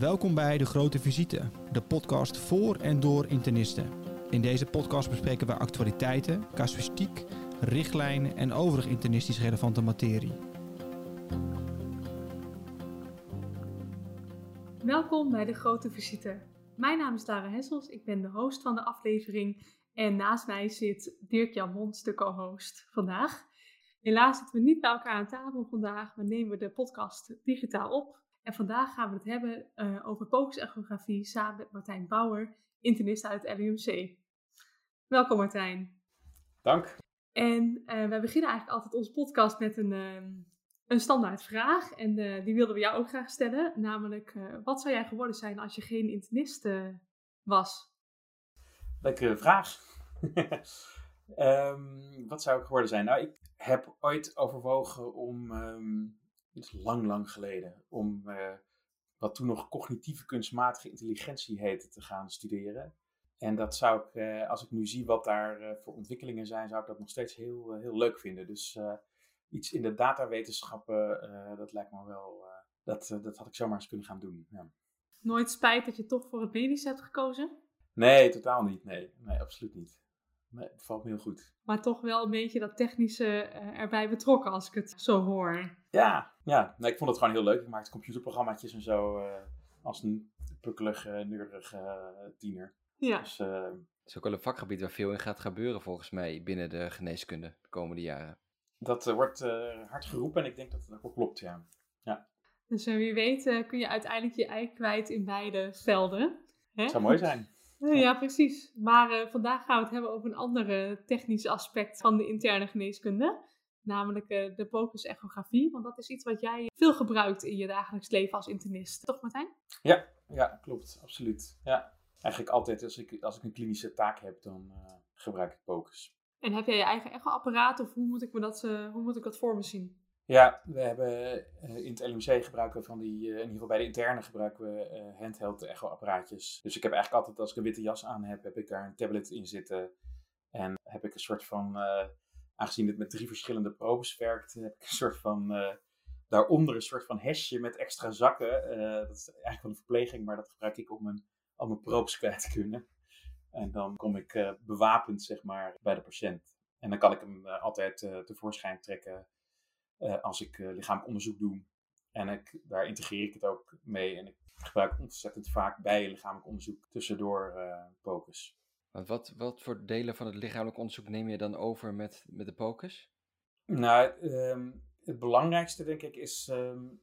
Welkom bij De Grote Visite, de podcast voor en door internisten. In deze podcast bespreken we actualiteiten, casuïstiek, richtlijnen en overig internistisch relevante materie. Welkom bij De Grote Visite. Mijn naam is Lara Hessels, ik ben de host van de aflevering en naast mij zit Dirk-Jan Mons, de co-host vandaag. Helaas zitten we niet bij elkaar aan tafel vandaag, maar nemen we de podcast digitaal op. En vandaag gaan we het hebben over focusechografie samen met Martijn Bouwer, internist uit het LUMC. Welkom Martijn. Dank. En wij beginnen eigenlijk altijd onze podcast met een standaard vraag. En die wilden we jou ook graag stellen. Namelijk, wat zou jij geworden zijn als je geen internist was? Lekkere vraag. Wat zou ik geworden zijn? Nou, ik heb ooit overwogen om, dat is lang geleden, om wat toen nog cognitieve kunstmatige intelligentie heette te gaan studeren. En dat zou ik, als ik nu zie wat daar voor ontwikkelingen zijn, zou ik dat nog steeds heel leuk vinden. Dus iets in de datawetenschappen, dat lijkt me wel, dat had ik zomaar eens kunnen gaan doen. Ja. Nooit spijt dat je toch voor het medisch hebt gekozen? Nee, totaal niet. Nee, absoluut niet. Nee, het valt me heel goed. Maar toch wel een beetje dat technische erbij betrokken als ik het zo hoor. Ja. Nee, ik vond het gewoon heel leuk. Ik maakte computerprogrammaatjes en zo als een pukkelige, neurige tiener. Ja. Dus, Het is ook wel een vakgebied waar veel in gaat gebeuren volgens mij binnen de geneeskunde de komende jaren. dat wordt hard geroepen en ik denk dat het ook wel klopt, ja. Dus wie weet kun je uiteindelijk je ei kwijt in beide velden. Hè? Het zou mooi zijn. Ja, precies. Maar vandaag gaan we het hebben over een ander technisch aspect van de interne geneeskunde. Namelijk de focusechografie. Want dat is iets wat jij veel gebruikt in je dagelijks leven als internist. Toch Martijn? Ja, klopt. Absoluut. Ja. Eigenlijk altijd als ik een klinische taak heb, dan gebruik ik focus. En heb jij je eigen echoapparaat of hoe moet ik dat voor me zien? Ja, we hebben in het LUMC gebruiken we van die, in ieder geval bij de interne gebruiken we handheld echoapparaatjes. Dus ik heb eigenlijk altijd, als ik een witte jas aan heb ik daar een tablet in zitten. En heb ik een soort van, aangezien het met 3 verschillende probes werkt, heb ik een soort van, daaronder een soort van hesje met extra zakken. Dat is eigenlijk wel een verpleging, maar dat gebruik ik om al mijn probes kwijt te kunnen. En dan kom ik bewapend, zeg maar, bij de patiënt. En dan kan ik hem altijd tevoorschijn trekken. Als ik lichamelijk onderzoek doe. En daar integreer ik het ook mee. En ik gebruik ontzettend vaak bij lichamelijk onderzoek tussendoor focus. Want wat voor delen van het lichamelijk onderzoek neem je dan over met de focus? Nou, het belangrijkste denk ik is,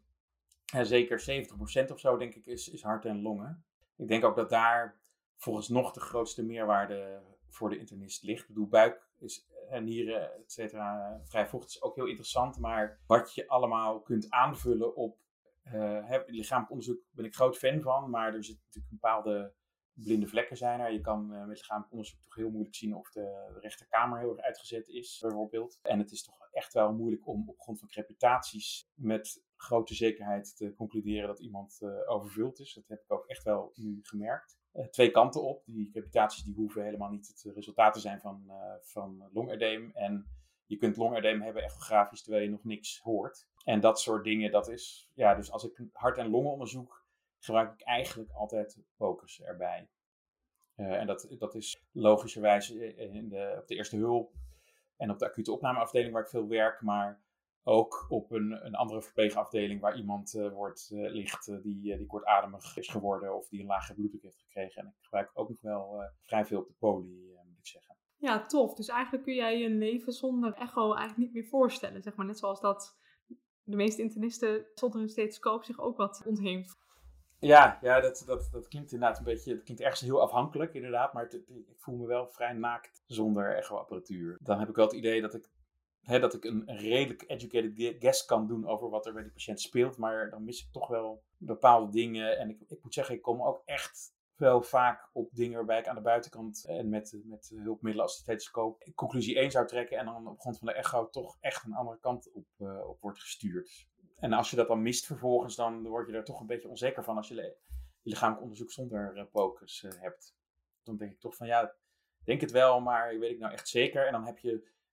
zeker 70% of zo denk ik, is hart en longen. Ik denk ook dat daar volgens nog de grootste meerwaarde voor de internist ligt. Ik bedoel, buik en nieren, et cetera, vrij vocht is ook heel interessant. Maar wat je allemaal kunt aanvullen op lichamelijk onderzoek ben ik groot fan van. Maar er zitten natuurlijk bepaalde blinde vlekken zijn er. Je kan met lichamelijk onderzoek toch heel moeilijk zien of de rechterkamer heel erg uitgezet is, bijvoorbeeld. En het is toch echt wel moeilijk om op grond van crepitaties met grote zekerheid te concluderen dat iemand overvuld is. Dat heb ik ook echt wel nu gemerkt. 2 kanten op. Die crepitaties die hoeven helemaal niet het resultaat te zijn van longedeem. En je kunt longedeem hebben echografisch terwijl je nog niks hoort. En dat soort dingen, dat is, ja, dus als ik hart- en longen onderzoek, gebruik ik eigenlijk altijd focus erbij. En dat is logischerwijs op de eerste hulp en op de acute opnameafdeling waar ik veel werk, maar ook op een andere verpleegafdeling waar iemand ligt die kortademig is geworden of die een lage bloeddruk heeft gekregen. En ik gebruik ook nog wel vrij veel op de poli, moet ik zeggen. Ja, tof. Dus eigenlijk kun jij je leven zonder echo eigenlijk niet meer voorstellen. Zeg maar net zoals dat de meeste internisten zonder een stethoscoop zich ook wat ontheemt. Ja, dat klinkt inderdaad een beetje, het klinkt ergens heel afhankelijk inderdaad, maar ik voel me wel vrij naakt zonder echoapparatuur. Dan heb ik wel het idee dat ik een redelijk educated guess kan doen over wat er bij die patiënt speelt, maar dan mis ik toch wel bepaalde dingen. En ik moet zeggen, ik kom ook echt wel vaak op dingen waarbij ik aan de buitenkant en met hulpmiddelen als de stethoscoop conclusie 1 zou trekken en dan op grond van de echo toch echt een andere kant op wordt gestuurd. En als je dat dan mist vervolgens, dan word je er toch een beetje onzeker van als je lichamelijk onderzoek zonder focus hebt. Dan denk ik toch van ja, ik denk het wel, maar weet ik nou echt zeker? En dan heb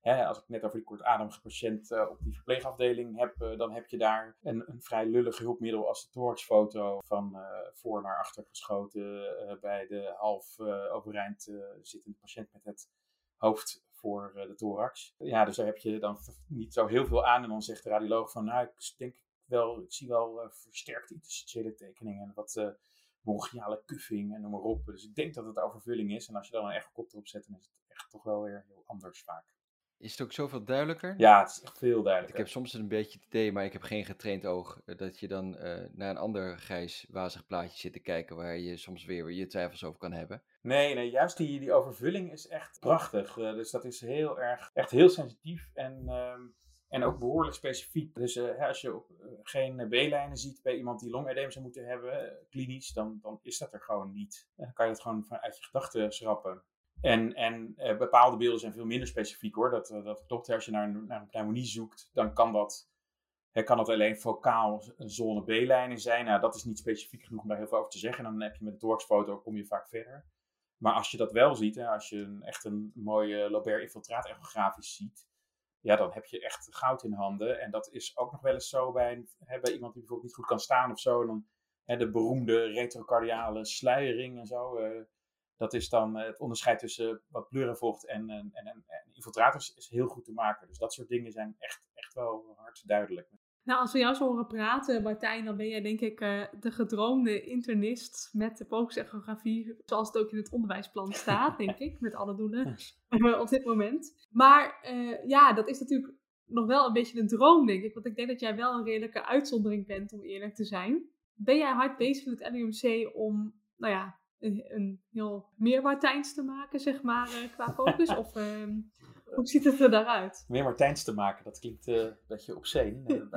Als ik net over die kortademige patiënt op die verpleegafdeling heb, dan heb je daar een vrij lullig hulpmiddel als de thoraxfoto van voor naar achter geschoten bij de half overeind zittende patiënt met het hoofd voor de thorax. Ja, dus daar heb je dan niet zo heel veel aan. En dan zegt de radioloog van, nou, ik zie wel versterkte interstitiële tekeningen en wat bronchiale kuffing en noem maar op. Dus ik denk dat het overvulling is. En als je dan een echocop erop zet, dan is het echt toch wel weer heel anders vaak. Is het ook zoveel duidelijker? Ja, het is echt veel Ik duidelijker. heb soms een beetje het idee, maar ik heb geen getraind oog, dat je dan naar een ander grijs, wazig plaatje zit te kijken waar je soms weer je twijfels over kan hebben. Nee, juist die overvulling is echt prachtig. Dus dat is heel erg, echt heel sensitief en ook behoorlijk specifiek. Dus als je geen B-lijnen ziet bij iemand die longedeem zou moeten hebben, klinisch, dan is dat er gewoon niet. Dan kan je dat gewoon vanuit je gedachten schrappen. En bepaalde beelden zijn veel minder specifiek hoor. Dat klopt. Als je naar een pneumonie zoekt, dan kan dat alleen focaal een zone B-lijnen zijn. Nou, dat is niet specifiek genoeg om daar heel veel over te zeggen. En dan heb je met de thoraxfoto kom je vaak verder. Maar als je dat wel ziet, als je echt een mooie lobair infiltraat-echografisch ziet, ja, dan heb je echt goud in handen. En dat is ook nog wel eens zo bij iemand die bijvoorbeeld niet goed kan staan of zo. En dan de beroemde retrocardiale sluiering en zo. Dat is dan het onderscheid tussen wat pleurenvocht en infiltrators is heel goed te maken. Dus dat soort dingen zijn echt wel hard duidelijk. Nou, als we jou zo horen praten, Martijn, dan ben jij denk ik de gedroomde internist met de focusechografie, zoals het ook in het onderwijsplan staat, denk ik, met alle doelen op dit moment. Maar dat is natuurlijk nog wel een beetje een droom, denk ik, want ik denk dat jij wel een redelijke uitzondering bent, om eerlijk te zijn. Ben jij hard bezig met het LUMC om, een heel meer Martijns te maken, zeg maar, qua focus? Of hoe ziet het er daaruit? Meer Martijns te maken, dat klinkt een beetje obscene.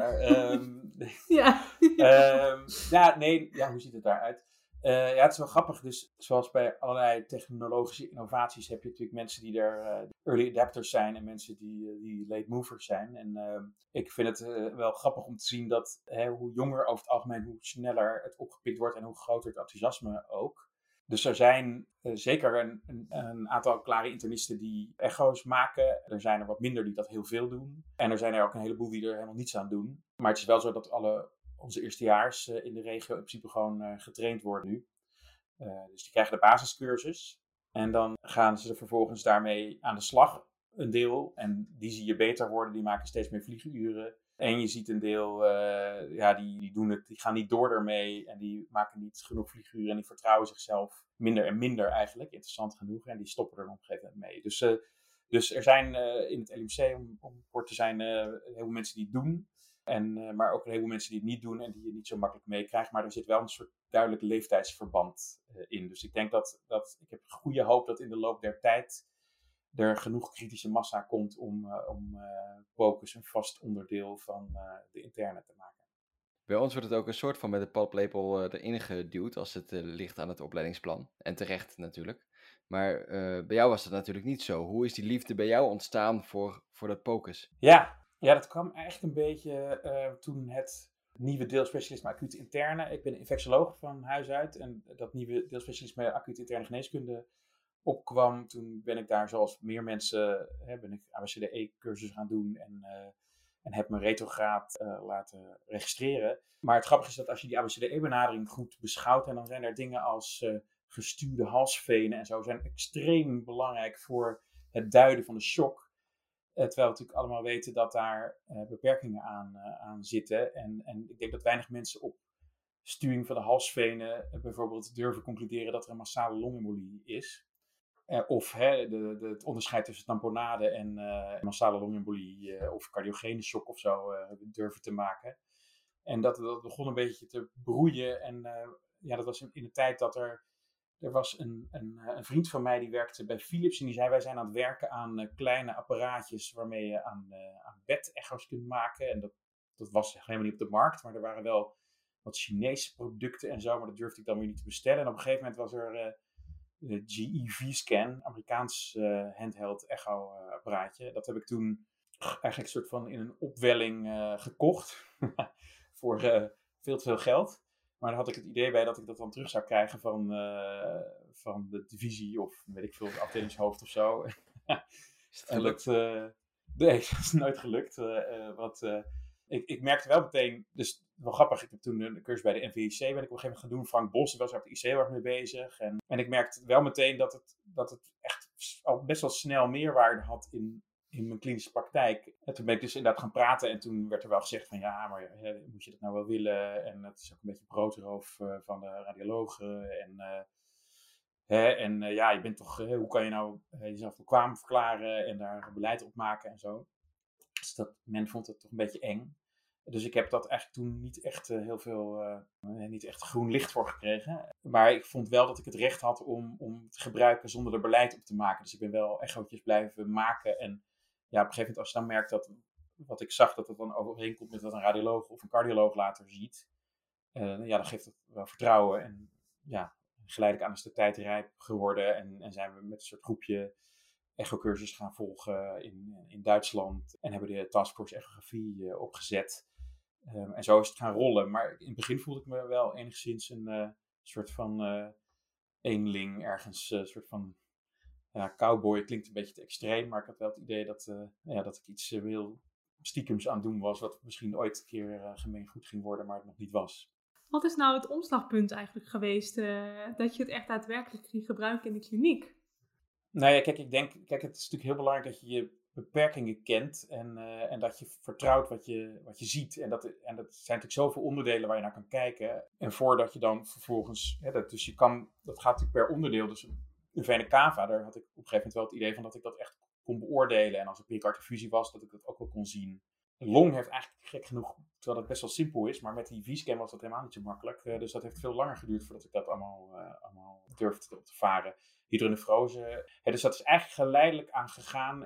Hoe ziet het daaruit? Het is wel grappig. Dus zoals bij allerlei technologische innovaties heb je natuurlijk mensen die er early adapters zijn en mensen die late movers zijn. En ik vind het wel grappig om te zien dat hoe jonger over het algemeen, hoe sneller het opgepikt wordt en hoe groter het enthousiasme ook. Dus er zijn zeker een aantal klare internisten die echo's maken. Er zijn er wat minder die dat heel veel doen. En er zijn er ook een heleboel die er helemaal niets aan doen. Maar het is wel zo dat onze eerstejaars in de regio in principe gewoon getraind worden nu. Dus die krijgen de basiscursus. En dan gaan ze vervolgens daarmee aan de slag, een deel. En die zie je beter worden, die maken steeds meer vlieguren. En je ziet een deel, die doen het, die gaan niet door ermee en die maken niet genoeg vlieguren en die vertrouwen zichzelf minder en minder eigenlijk, interessant genoeg. En die stoppen er op een gegeven moment mee. Dus er zijn in het LUMC, om kort te zijn, heel veel mensen die het doen. Maar ook een heleboel mensen die het niet doen en die je niet zo makkelijk meekrijgt. Maar er zit wel een soort duidelijk leeftijdsverband in. Dus ik denk dat ik heb goede hoop dat in de loop der tijd er genoeg kritische massa komt om focus een vast onderdeel van de interne te maken. Bij ons wordt het ook een soort van met de paplepel erin geduwd als het ligt aan het opleidingsplan. En terecht natuurlijk. Maar bij jou was dat natuurlijk niet zo. Hoe is die liefde bij jou ontstaan voor dat POCUS? Ja, dat kwam eigenlijk een beetje toen het nieuwe deelspecialisme acute interne. Ik ben infectioloog van huis uit en dat nieuwe deelspecialisme acute interne geneeskunde opkwam. Toen ben ik daar zoals meer mensen, ben ik ABCDE-cursus gaan doen en heb mijn retrograad laten registreren. Maar het grappige is dat als je die ABCDE-benadering goed beschouwt, en dan zijn er dingen als gestuwde halsvenen en zo, zijn extreem belangrijk voor het duiden van de shock. Terwijl we natuurlijk allemaal weten dat daar beperkingen aan zitten. En ik denk dat weinig mensen op stuwing van de halsvenen bijvoorbeeld durven concluderen dat er een massale longembolie is. Of het onderscheid tussen tamponade en massale longembolie of cardiogene shock of zo durven te maken. En dat begon een beetje te broeien. En dat was in de tijd dat er was een vriend van mij die werkte bij Philips. En die zei, wij zijn aan het werken aan kleine apparaatjes waarmee je aan bed-echo's kunt maken. En dat was helemaal niet op de markt, maar er waren wel wat Chinese producten en zo. Maar dat durfde ik dan weer niet te bestellen. En op een gegeven moment was er de GE V-Scan, Amerikaans handheld echo-apparaatje. Dat heb ik toen eigenlijk een soort van in een opwelling gekocht voor veel te veel geld. Maar dan had ik het idee bij dat ik dat dan terug zou krijgen van de divisie of weet ik veel, de afdelingshoofd of zo. Is het gelukt? Nee, dat is nooit gelukt. Ik merkte wel meteen, dus wel grappig, ik heb toen een cursus bij de NVIC, ben ik op een gegeven moment gaan doen. Frank Bos, die was er op de IC heel erg mee bezig. En ik merkte wel meteen dat het echt al best wel snel meerwaarde had in mijn klinische praktijk. En toen ben ik dus inderdaad gaan praten en toen werd er wel gezegd van ja, maar moet je dat nou wel willen? En het is ook een beetje broodroof van de radiologen. Ja, je bent toch, hoe kan je nou jezelf bekwaam verklaren en daar beleid op maken en zo. Dus men vond het toch een beetje eng. Dus ik heb dat eigenlijk toen niet echt niet echt groen licht voor gekregen. Maar ik vond wel dat ik het recht had om te gebruiken zonder er beleid op te maken. Dus ik ben wel echootjes blijven maken. En ja, op een gegeven moment als je dan merkt dat wat ik zag, dat het dan overeenkomt met wat een radioloog of een cardioloog later ziet. Ja, dan geeft het wel vertrouwen. En ja, geleidelijk aan is de tijd rijp geworden. En zijn we met een soort groepje echocursus gaan volgen in Duitsland. En hebben de taskforce echografie opgezet. En zo is het gaan rollen. Maar in het begin voelde ik me wel enigszins een soort van eenling ergens. Een soort van cowboy. Klinkt een beetje te extreem. Maar ik had wel het idee dat ik iets heel stiekems aan het doen was. Wat misschien ooit een keer gemeengoed ging worden. Maar het nog niet was. Wat is nou het omslagpunt eigenlijk geweest dat je het echt daadwerkelijk ging gebruiken in de kliniek? Nou ja, kijk, ik denk, het is natuurlijk heel belangrijk dat je je beperkingen kent en dat je vertrouwt wat je ziet. En dat zijn natuurlijk zoveel onderdelen waar je naar kan kijken. En voordat je dan vervolgens, dat gaat natuurlijk per onderdeel. Dus een vena cava, daar had ik op een gegeven moment wel het idee van dat ik dat echt kon beoordelen. En als er pericardiofusie was, dat ik dat ook wel kon zien. De long heeft eigenlijk gek genoeg, terwijl het best wel simpel is, maar met die V-scan was dat helemaal niet zo makkelijk. Dus dat heeft veel langer geduurd voordat ik dat allemaal durfde op te varen. Hydronefrose. Dus dat is eigenlijk geleidelijk aan gegaan.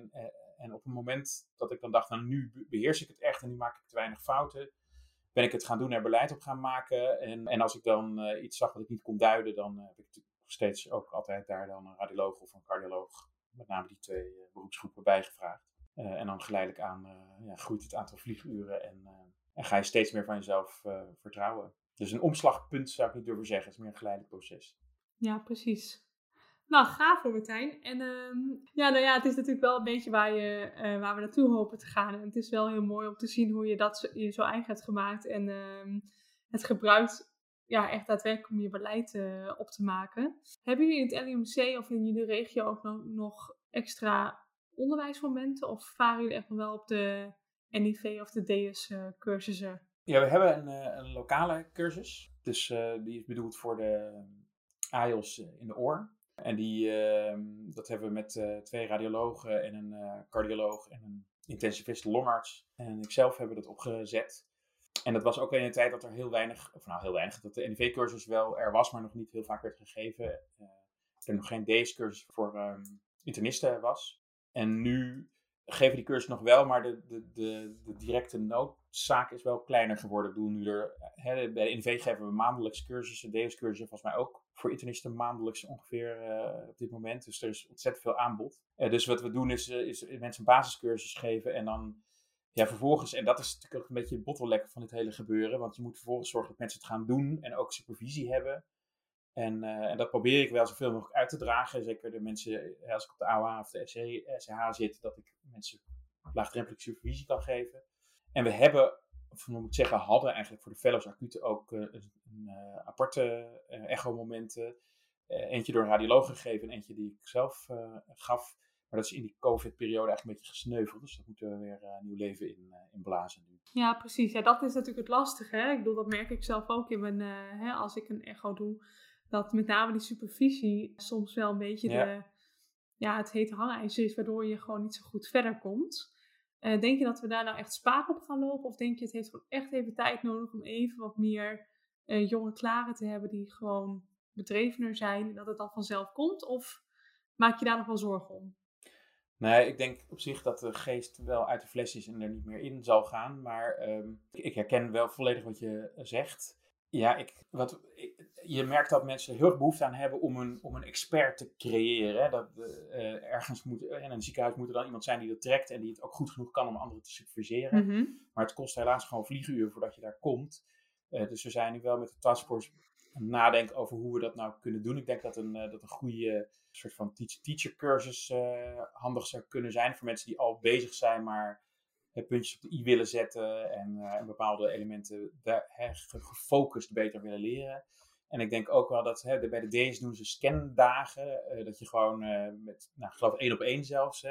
En op een moment dat ik dan dacht, nou nu beheers ik het echt en nu maak ik te weinig fouten, ben ik het gaan doen en beleid op gaan maken. En als ik dan iets zag wat ik niet kon duiden, dan heb ik natuurlijk nog steeds ook altijd daar dan een radioloog of een cardioloog, met name die twee beroepsgroepen bijgevraagd. En dan geleidelijk aan groeit het aantal vlieguren en ga je steeds meer van jezelf vertrouwen. Dus een omslagpunt zou ik niet durven zeggen. Het is meer een geleidelijk proces. Ja, precies. Nou, gaaf hoor, Martijn. En het is natuurlijk wel een beetje waar we naartoe hopen te gaan. En het is wel heel mooi om te zien hoe je dat je zo eigen hebt gemaakt. En het gebruikt echt daadwerkelijk om je beleid op te maken. Hebben jullie in het LUMC of in jullie regio ook nog extra onderwijsmomenten? Of varen jullie echt nog wel op de NIV of de DS cursussen? Ja, we hebben een lokale cursus. Dus die is bedoeld voor de AIOS in de oor. En dat hebben we met 2 radiologen en een cardioloog en een intensivist longarts. En ikzelf hebben dat opgezet. En dat was ook in een tijd dat er heel weinig, dat de NIV-cursus wel er was, maar nog niet heel vaak werd gegeven. Er nog geen DS-cursus voor internisten was. En nu geven die cursus nog wel, maar de directe noodzaak is wel kleiner geworden. Ik bedoel, bij de NIV geven we maandelijks cursussen, DS-cursussen volgens mij ook voor internisten maandelijks ongeveer op dit moment. Dus er is ontzettend veel aanbod. Dus wat we doen is mensen een basiscursus geven en dan vervolgens, en dat is natuurlijk ook een beetje het bottleneck van dit hele gebeuren, want je moet vervolgens zorgen dat mensen het gaan doen en ook supervisie hebben. En dat probeer ik wel zoveel mogelijk uit te dragen. Zeker de mensen, als ik op de AOA of de SCH zit, dat ik mensen laagdrempelige supervisie kan geven. En we hadden eigenlijk voor de fellows acute ook een aparte echo-momenten. Eentje door een radioloog gegeven en eentje die ik zelf gaf. Maar dat is in die COVID-periode eigenlijk een beetje gesneuveld. Dus dat moeten we weer nieuw leven in blazen nu. Ja, precies. Ja, dat is natuurlijk het lastige. Hè? Ik bedoel, dat merk ik zelf ook in mijn, als ik een echo doe. Dat met name die supervisie soms wel een beetje het hete hangijzer is. Waardoor je gewoon niet zo goed verder komt. Denk je dat we daar nou echt spaak op gaan lopen? Of denk je het heeft gewoon echt even tijd nodig om even wat meer jonge klaren te hebben die gewoon bedrevener zijn. En dat het dan vanzelf komt? Of maak je daar nog wel zorgen om? Nee, ik denk op zich dat de geest wel uit de fles is en er niet meer in zal gaan. Maar ik herken wel volledig wat je zegt. Ja, je merkt dat mensen heel erg behoefte aan hebben om een expert te creëren. Dat ergens in een ziekenhuis moet er dan iemand zijn die dat trekt en die het ook goed genoeg kan om anderen te superviseren. Mm-hmm. Maar het kost helaas gewoon vlieguren voordat je daar komt. Dus we zijn nu wel met de taskforce nadenken over hoe we dat nou kunnen doen. Ik denk dat een goede soort van teacher cursus handig zou kunnen zijn voor mensen die al bezig zijn, maar puntjes op de i willen zetten en bepaalde elementen gefocust beter willen leren. En ik denk ook wel dat bij de D's doen ze scandagen, dat je gewoon met, ik geloof 1-op-1 zelfs,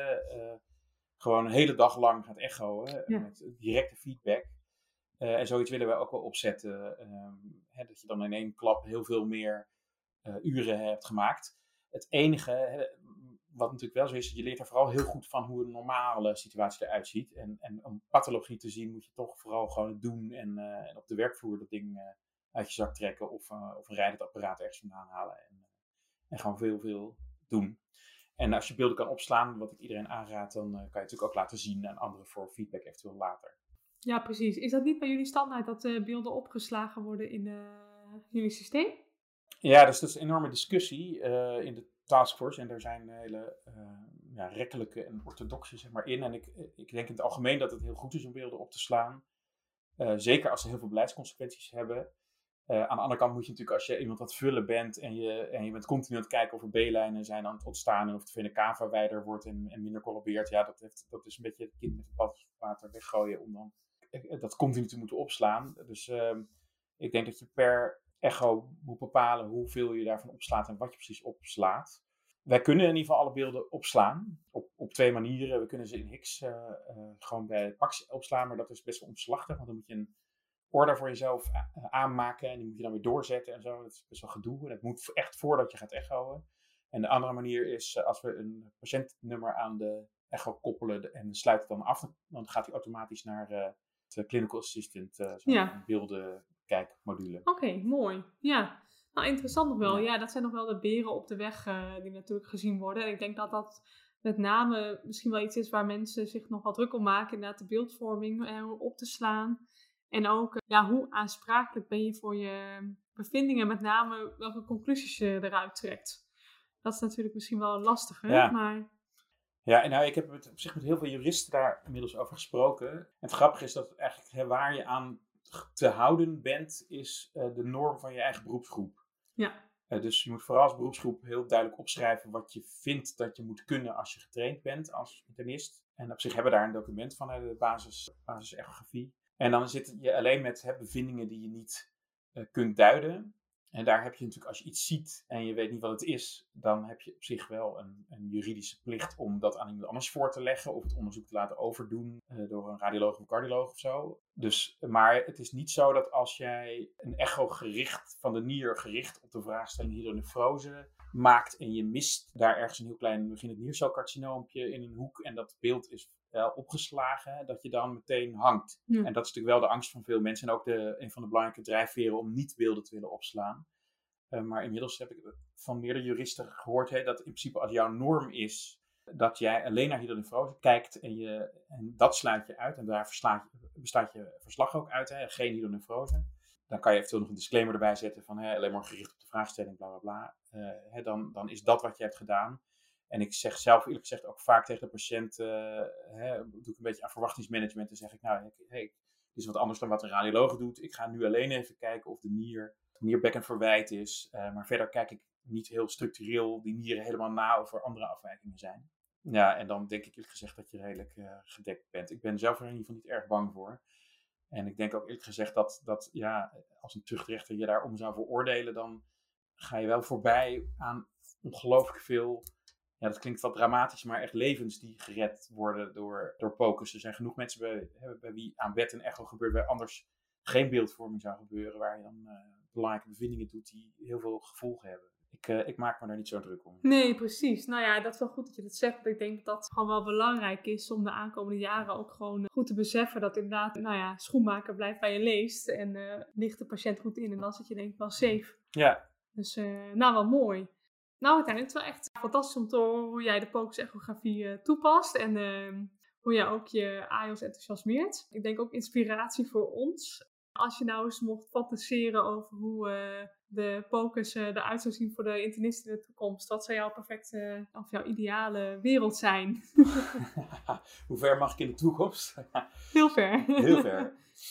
gewoon een hele dag lang gaat echoen met directe feedback. En zoiets willen we ook wel opzetten, dat je dan in één klap heel veel meer uren hebt gemaakt. Het enige, wat natuurlijk wel zo is, je leert er vooral heel goed van hoe een normale situatie eruit ziet. En om pathologie te zien moet je toch vooral gewoon het doen en op de werkvloer dat ding uit je zak trekken of een rijdend apparaat ergens vandaan halen. En gewoon veel doen. En als je beelden kan opslaan, wat ik iedereen aanraad, dan kan je natuurlijk ook laten zien aan anderen voor feedback eventueel later. Ja, precies. Is dat niet bij jullie standaard dat beelden opgeslagen worden in jullie systeem? Ja, dus dat is een enorme discussie in de taskforce. En er zijn hele rekkelijke en orthodoxe in. En ik denk in het algemeen dat het heel goed is om beelden op te slaan. Zeker als ze heel veel beleidsconsequenties hebben. Aan de andere kant moet je natuurlijk, als je iemand aan het vullen bent en je bent continu aan het kijken of er B-lijnen zijn aan het ontstaan en of de vena cava wijder wordt en minder collabeert. Ja, dat is een beetje het kind met het badwater weggooien om dan dat continu te moeten opslaan. Dus ik denk dat je per echo moet bepalen hoeveel je daarvan opslaat en wat je precies opslaat. Wij kunnen in ieder geval alle beelden opslaan. Op 2 manieren. We kunnen ze in Hix gewoon bij Pax opslaan, maar dat is best wel omslachtig. Want dan moet je een order voor jezelf aanmaken en die moet je dan weer doorzetten en zo. Dat is best wel gedoe. En dat moet echt voordat je gaat echoen. En de andere manier is als we een patiëntnummer aan de echo koppelen en sluiten het dan af, dan gaat hij automatisch naar de clinical assistant, zo'n beeldenkijkmodule. Oké, mooi. Ja, nou interessant nog wel. Ja, dat zijn nog wel de beren op de weg die natuurlijk gezien worden. En ik denk dat dat met name misschien wel iets is waar mensen zich nog wat druk om maken. Inderdaad de beeldvorming op te slaan. En ook hoe aansprakelijk ben je voor je bevindingen. Met name welke conclusies je eruit trekt. Dat is natuurlijk misschien wel lastig, Ja. Maar... Ja, en ik heb het op zich met heel veel juristen daar inmiddels over gesproken. En het grappige is dat eigenlijk waar je aan te houden bent, is de norm van je eigen beroepsgroep. Ja. Dus je moet vooral als beroepsgroep heel duidelijk opschrijven wat je vindt dat je moet kunnen als je getraind bent als internist. En op zich hebben we daar een document van, de basis-echografie. En dan zit je alleen met bevindingen die je niet kunt duiden. En daar heb je natuurlijk, als je iets ziet en je weet niet wat het is, dan heb je op zich wel een juridische plicht om dat aan iemand anders voor te leggen of het onderzoek te laten overdoen door een radioloog of een cardioloog of zo. Maar het is niet zo dat als jij een echo van de nier gericht op de vraagstelling hydronefrose maakt en je mist daar ergens een heel klein beginnend niercelcarcinoompje in een hoek en dat beeld is wel opgeslagen, dat je dan meteen hangt. Ja. En dat is natuurlijk wel de angst van veel mensen en ook een van de belangrijke drijfveren om niet beelden te willen opslaan. Maar inmiddels heb ik van meerdere juristen gehoord dat in principe als jouw norm is dat jij alleen naar hydronefrose kijkt en dat sluit je uit en daar bestaat je verslag ook uit, geen hydronefrose. Dan kan je eventueel nog een disclaimer erbij zetten van alleen maar gericht op de vraagstelling, bla bla bla. Dan is dat wat je hebt gedaan. En ik zeg zelf eerlijk gezegd ook vaak tegen de patiënt, doe ik een beetje aan verwachtingsmanagement. Dan zeg ik, dit is wat anders dan wat een radioloog doet. Ik ga nu alleen even kijken of de nierbekken verwijt is. Maar verder kijk ik niet heel structureel die nieren helemaal na of er andere afwijkingen zijn. Ja, en dan denk ik eerlijk gezegd dat je redelijk gedekt bent. Ik ben zelf er in ieder geval niet erg bang voor. En ik denk ook eerlijk gezegd dat als een tuchtrechter je daarom zou veroordelen, dan ga je wel voorbij aan ongelooflijk veel. Ja, dat klinkt wat dramatisch, maar echt levens die gered worden door POCUS. Er zijn genoeg mensen bij wie aan wet en echo gebeurt, waar anders geen beeldvorming zou gebeuren, waar je dan belangrijke bevindingen doet die heel veel gevolgen hebben. Ik maak me daar niet zo druk om. Nee, precies. Nou ja, dat is wel goed dat je dat zegt. Want ik denk dat het gewoon wel belangrijk is om de aankomende jaren ook gewoon goed te beseffen dat inderdaad, schoenmaker blijft bij je leest en ligt de patiënt goed in en dan zit je denk ik wel safe. Ja. Dus wel mooi. Nou, uiteindelijk is het wel echt fantastisch om te horen hoe jij de POCUS-echografie toepast en hoe jij ook je AIOS enthousiasmeert. Ik denk ook inspiratie voor ons. Als je nou eens mocht fantaseren over hoe de POCUS eruit zou zien voor de internist in de toekomst, wat zou jouw perfecte of jouw ideale wereld zijn? Hoe ver mag ik in de toekomst? Heel ver. Heel ver.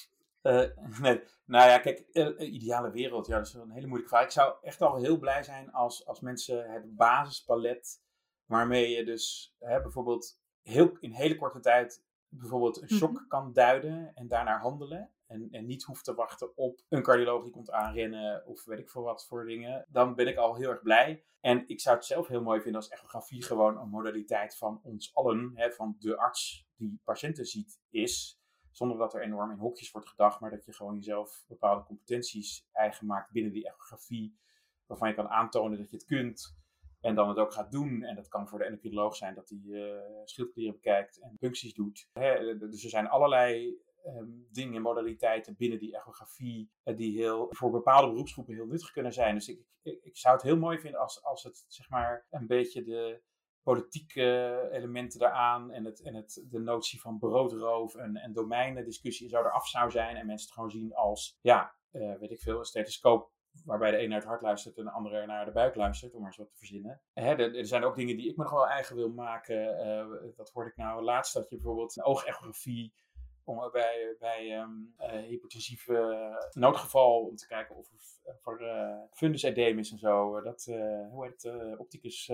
Nee. Nou ja, kijk, ideale wereld, ja, dat is wel een hele moeilijke vraag. Ik zou echt al heel blij zijn als mensen het basispalet waarmee je dus bijvoorbeeld in hele korte tijd bijvoorbeeld een shock kan duiden en daarnaar handelen. En niet hoeft te wachten op een cardioloog die komt aanrennen of weet ik veel wat voor dingen. Dan ben ik al heel erg blij. En ik zou het zelf heel mooi vinden als echografie gewoon een modaliteit van ons allen, van de arts die patiënten ziet, is. Zonder dat er enorm in hokjes wordt gedacht, maar dat je gewoon jezelf bepaalde competenties eigen maakt binnen die echografie. Waarvan je kan aantonen dat je het kunt en dan het ook gaat doen. En dat kan voor de endocrinoloog zijn dat hij schildklieren bekijkt en puncties doet. Dus er zijn allerlei dingen, modaliteiten binnen die echografie die voor bepaalde beroepsgroepen heel nuttig kunnen zijn. Dus ik zou het heel mooi vinden als het zeg maar een beetje de politieke elementen daaraan en de notie van broodroof en domeinendiscussie zo eraf zou zijn en mensen het gewoon zien als, weet ik veel, een stethoscoop waarbij de een naar het hart luistert en de andere naar de buik luistert, om maar eens wat te verzinnen. Er zijn ook dingen die ik me nog wel eigen wil maken. Dat hoorde ik nou laatst, dat je bijvoorbeeld een oogechografie bij hypertensieve noodgeval, om te kijken of er fundusedeem is en zo. Opticus...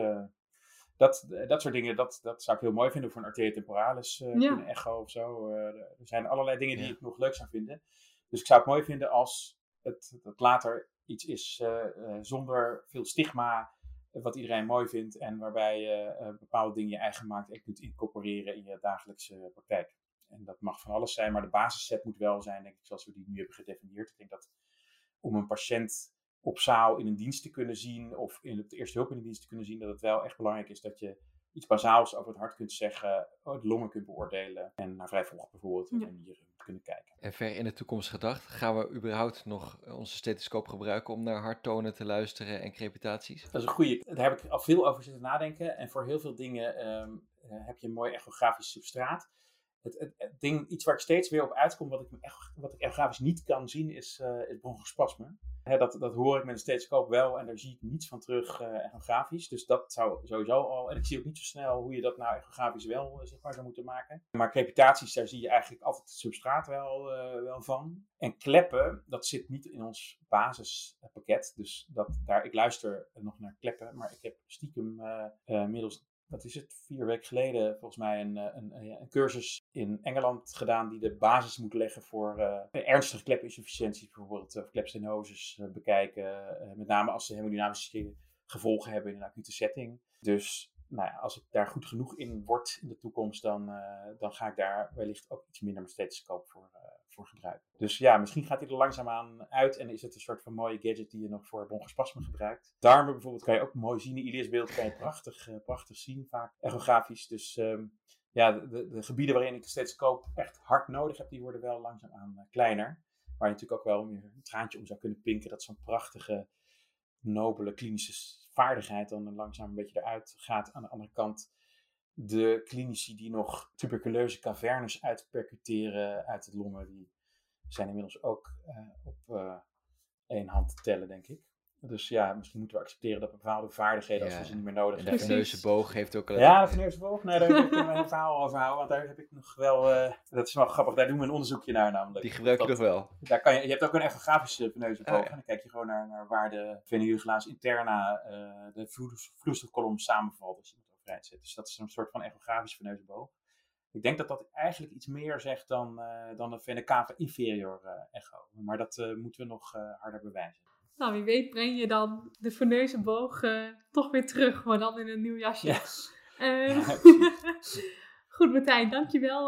Dat soort dingen, dat zou ik heel mooi vinden voor een arteria temporalis kunnen echo of zo. Er zijn allerlei dingen die ik nog leuk zou vinden. Dus ik zou het mooi vinden als het later iets is zonder veel stigma, wat iedereen mooi vindt en waarbij je bepaalde dingen je eigen maakt en kunt incorporeren in je dagelijkse praktijk. En dat mag van alles zijn, maar de basisset moet wel zijn, denk ik, zoals we die nu hebben gedefinieerd. Ik denk dat om een patiënt op zaal in een dienst te kunnen zien of in het eerste hulp in een dienst te kunnen zien, dat het wel echt belangrijk is dat je iets bazaals over het hart kunt zeggen, de longen kunt beoordelen en naar vrijvolg bijvoorbeeld en hier kunnen kijken. En ver in de toekomst gedacht, gaan we überhaupt nog onze stethoscoop gebruiken om naar harttonen te luisteren en crepitaties? Dat is een goeie. Daar heb ik al veel over zitten nadenken en voor heel veel dingen heb je een mooi echografisch substraat. Het ding, iets waar ik steeds weer op uitkom, wat ik echografisch niet kan zien, is bronchospasme. Dat hoor ik met een stethoscoop wel en daar zie ik niets van terug echografisch. Dus dat zou sowieso al... En ik zie ook niet zo snel hoe je dat nou echografisch wel zichtbaar zou moeten maken. Maar crepitaties, daar zie je eigenlijk altijd het substraat wel van. En kleppen, dat zit niet in ons basispakket. Dus ik luister nog naar kleppen, maar ik heb stiekem middels... Wat is het? 4 weken geleden volgens mij een cursus in Engeland gedaan die de basis moet leggen voor ernstige klepinsufficiënties, bijvoorbeeld of klepstenoses bekijken. Met name als ze hemodynamische gevolgen hebben in een acute setting. Dus als ik daar goed genoeg in word in de toekomst, dan ga ik daar wellicht ook iets minder met stethoscoop voor gebruiken. Dus ja, misschien gaat hij er langzaamaan uit en is het een soort van mooie gadget die je nog voor bronchospasme gebruikt. Darmen bijvoorbeeld kan je ook mooi zien. In Iliasbeeld kan je prachtig zien, vaak echografisch. Dus de gebieden waarin ik de stethoscoop echt hard nodig heb, die worden wel langzaamaan kleiner. Waar je natuurlijk ook wel meer een traantje om zou kunnen pinken, dat zo'n prachtige, nobele klinische vaardigheid dan langzaam een beetje eruit gaat. Aan de andere kant de klinici die nog tuberculeuze cavernes uitpercuteren uit de longen, die zijn inmiddels ook op 1 hand te tellen, denk ik. Dus ja, misschien moeten we accepteren dat bepaalde vaardigheden, als we ze niet meer nodig hebben. De veneuze boog heeft ook al... Ja, de veneuze boog. Nee, daar heb ik mijn verhaal over houden, want daar heb ik nog wel... dat is wel grappig, daar doen we een onderzoekje naar namelijk. Die gebruik je nog wel? Daar je hebt ook een echografische veneuze boog. En dan kijk je gewoon naar waar de veneugulaas interna de vloeistofkolom samenvalt als je het overeind zet. Dus dat is een soort van echografische veneuze boog. Ik denk dat dat eigenlijk iets meer zegt dan de vena cava inferior echo. Maar dat moeten we nog harder bewijzen. Nou, wie weet breng je dan de veneuze boog toch weer terug, maar dan in een nieuw jasje. Ja. Goed, Martijn, dankjewel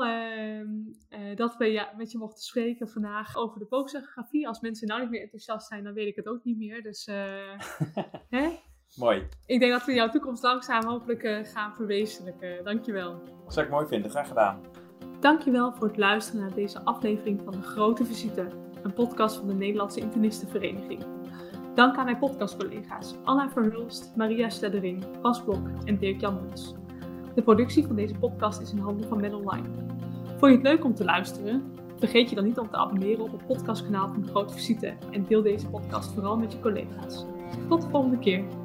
dat we met je mochten spreken vandaag over de boogechografie. Als mensen nou niet meer enthousiast zijn, dan weet ik het ook niet meer. Dus, hè? Mooi. Ik denk dat we jouw toekomst langzaam hopelijk gaan verwezenlijken. Dankjewel. Dat zou ik mooi vinden. Graag gedaan. Dankjewel voor het luisteren naar deze aflevering van De Grote Visite, een podcast van de Nederlandse Internistenvereniging. Dank aan mijn podcastcollega's Anna Verhulst, Maria Steddering, Bas Blok en Dirk-Jan Muns. De productie van deze podcast is in handen van Men Online. Vond je het leuk om te luisteren? Vergeet je dan niet om te abonneren op het podcastkanaal van De Grote Visite en deel deze podcast vooral met je collega's. Tot de volgende keer.